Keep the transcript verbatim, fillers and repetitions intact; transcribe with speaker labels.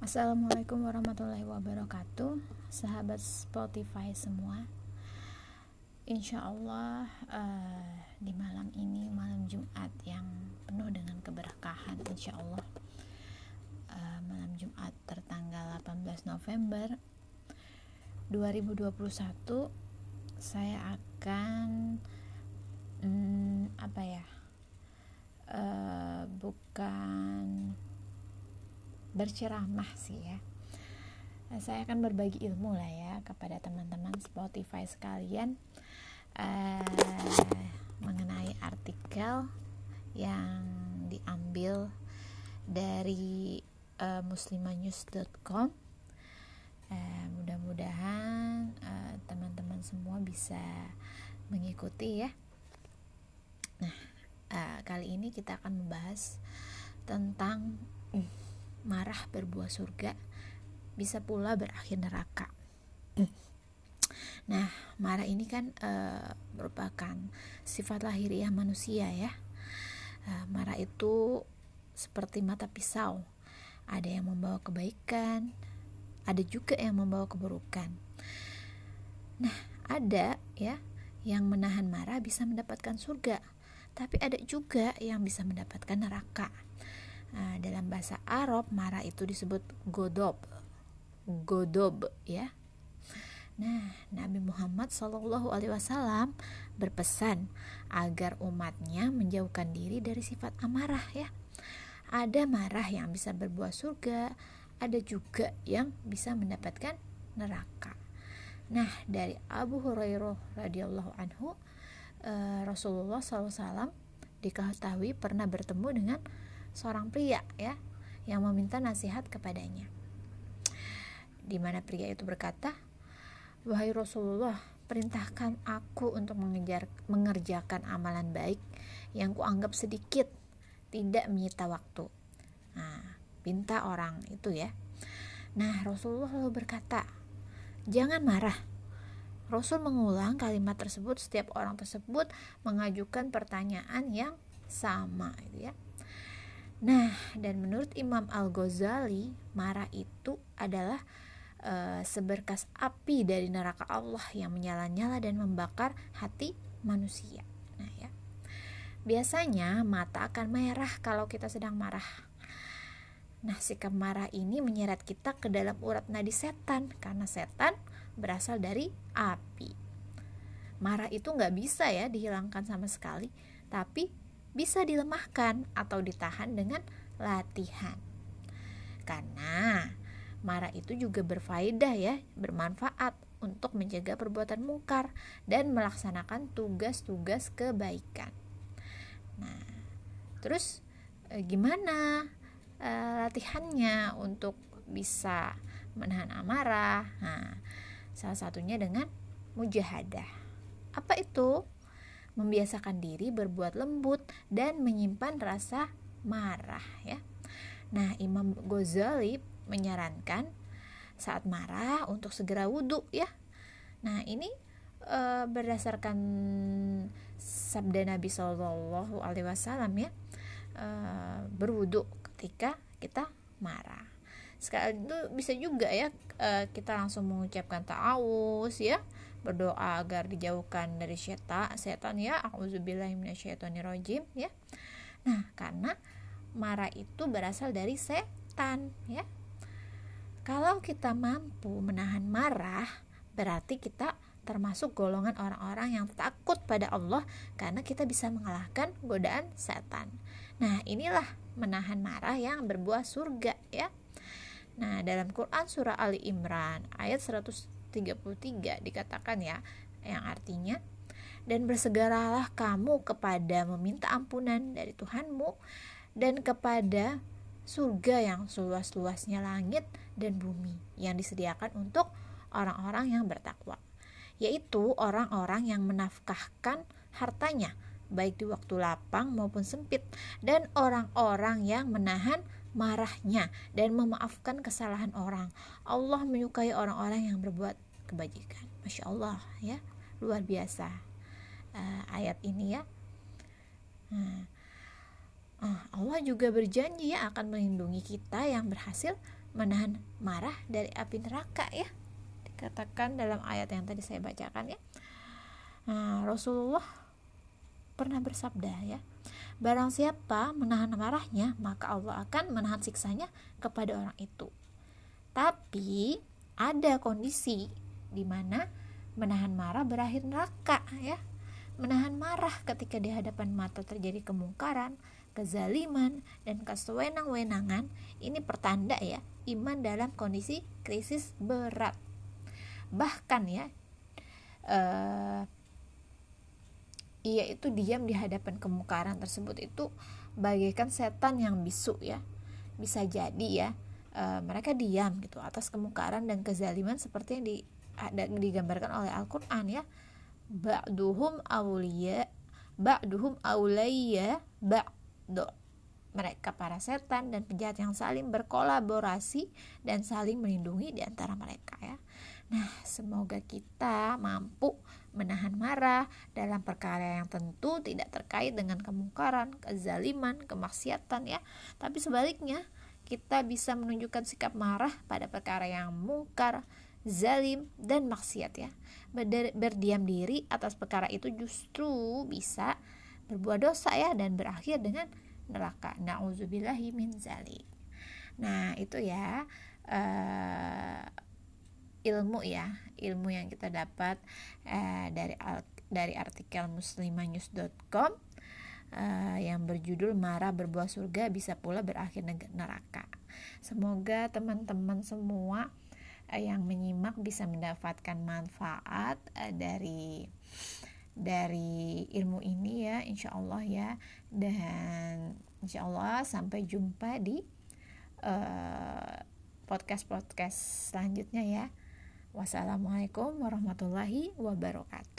Speaker 1: Assalamualaikum warahmatullahi wabarakatuh, sahabat Spotify semua. Insya Allah uh, di malam ini, malam Jumat yang penuh dengan keberkahan, insya Allah uh, malam Jumat tertanggal delapan belas November dua ribu dua puluh satu, saya akan um, apa ya uh, bukan berceramah sih ya. Saya akan berbagi ilmu lah ya kepada teman-teman Spotify sekalian uh, mengenai artikel yang diambil dari uh, muslimanews dot com. Uh, mudah-mudahan uh, teman-teman semua bisa mengikuti ya. Nah, uh, kali ini kita akan membahas tentang uh, marah berbuah surga, bisa pula berakhir neraka. Nah, marah ini kan e, merupakan sifat lahiriah manusia ya. E, marah itu seperti mata pisau, ada yang membawa kebaikan, ada juga yang membawa keburukan. Nah, ada ya yang menahan marah bisa mendapatkan surga, tapi ada juga yang bisa mendapatkan neraka. Nah, dalam bahasa Arab marah itu disebut godob, godob ya. Nah, Nabi Muhammad shallallahu alaihi wasallam berpesan agar umatnya menjauhkan diri dari sifat amarah ya. Ada marah yang bisa berbuah surga, ada juga yang bisa mendapatkan neraka. Nah, dari Abu Hurairah radhiyallahu anhu, eh, Rasulullah shallallahu alaihi wasallam diketahui pernah bertemu dengan seorang pria ya yang meminta nasihat kepadanya, di mana pria itu berkata, "Wahai Rasulullah, perintahkan aku untuk mengejar, mengerjakan amalan baik yang kuanggap sedikit, tidak menyita waktu." Nah, pinta orang itu ya. Nah, Rasulullah lalu berkata, "Jangan marah." Rasul mengulang kalimat tersebut setiap orang tersebut mengajukan pertanyaan yang sama gitu ya. Nah, dan menurut Imam Al-Ghazali, marah itu adalah e, seberkas api dari neraka Allah yang menyala-nyala dan membakar hati manusia. Nah ya, biasanya mata akan merah kalau kita sedang marah. Nah, sikap marah ini menyeret kita ke dalam urat nadi setan, karena setan berasal dari api. Marah itu gak bisa ya dihilangkan sama sekali, tapi bisa dilemahkan atau ditahan dengan latihan. Karena marah itu juga berfaedah ya, bermanfaat untuk mencegah perbuatan mungkar dan melaksanakan tugas-tugas kebaikan. Nah, terus eh, gimana eh, latihannya untuk bisa menahan amarah? Nah, salah satunya dengan mujahadah. Apa itu? Membiasakan diri berbuat lembut dan menyimpan rasa marah ya. Nah, Imam Ghazali menyarankan saat marah untuk segera wudhu ya. Nah, ini e, berdasarkan sabda Nabi Shallallahu alaihi wasallam ya, e, berwudhu ketika kita marah. Sekali itu bisa juga ya e, kita langsung mengucapkan ta'awuz ya, berdoa agar dijauhkan dari setan, setan ya, a'udzubillahi minasyaitonirrajim ya. Nah, karena marah itu berasal dari setan ya. Kalau kita mampu menahan marah, berarti kita termasuk golongan orang-orang yang takut pada Allah, karena kita bisa mengalahkan godaan setan. Nah, inilah menahan marah yang berbuah surga ya. Nah, dalam Quran surah Ali Imran ayat seratus tiga puluh tiga dikatakan ya, yang artinya, dan bersegeralah kamu kepada meminta ampunan dari Tuhanmu dan kepada surga yang seluas-luasnya langit dan bumi yang disediakan untuk orang-orang yang bertakwa, yaitu orang-orang yang menafkahkan hartanya baik di waktu lapang maupun sempit, dan orang-orang yang menahan marahnya dan memaafkan kesalahan orang. Allah menyukai orang-orang yang berbuat kebajikan. Masya Allah ya, luar biasa uh, ayat ini ya. Nah, Ah, Allah juga berjanji ya akan melindungi kita yang berhasil menahan marah dari api neraka ya. Dikatakan dalam ayat yang tadi saya bacakan ya. Nah, Rasulullah pernah bersabda ya, barang siapa menahan marahnya, maka Allah akan menahan siksanya kepada orang itu. Tapi ada kondisi di mana menahan marah berakhir neraka ya. Menahan marah ketika di hadapan mata terjadi kemungkaran, kezaliman, dan kesewenang-wenangan, ini pertanda ya, iman dalam kondisi krisis berat. Bahkan ya, uh, ia itu diam di hadapan kemungkaran tersebut itu bagaikan setan yang bisu ya. Bisa jadi ya, uh, mereka diam gitu atas kemungkaran dan kezaliman seperti yang di, digambarkan oleh Al-Quran ya. Ba'duhum awliya Ba'duhum awliya ba'du. Mereka para setan dan penjahat yang saling berkolaborasi dan saling melindungi di antara mereka ya. Nah, semoga kita mampu menahan marah dalam perkara yang tentu tidak terkait dengan kemungkaran, kezaliman, kemaksiatan ya. Tapi sebaliknya, kita bisa menunjukkan sikap marah pada perkara yang mungkar, zalim, dan maksiat ya. Berdiam diri atas perkara itu justru bisa berbuat dosa ya, dan berakhir dengan neraka. Na'udzubillahi min zalik. Nah, itu ya uh, ilmu ya, ilmu yang kita dapat uh, dari dari artikel muslimanews dot com uh, yang berjudul marah berbuah surga bisa pula berakhir neraka. Semoga teman-teman semua yang menyimak bisa mendapatkan manfaat uh, dari dari ilmu ini ya, insya Allah ya. Dan insya Allah sampai jumpa di uh, podcast-podcast selanjutnya ya. Wassalamualaikum warahmatullahi wabarakatuh.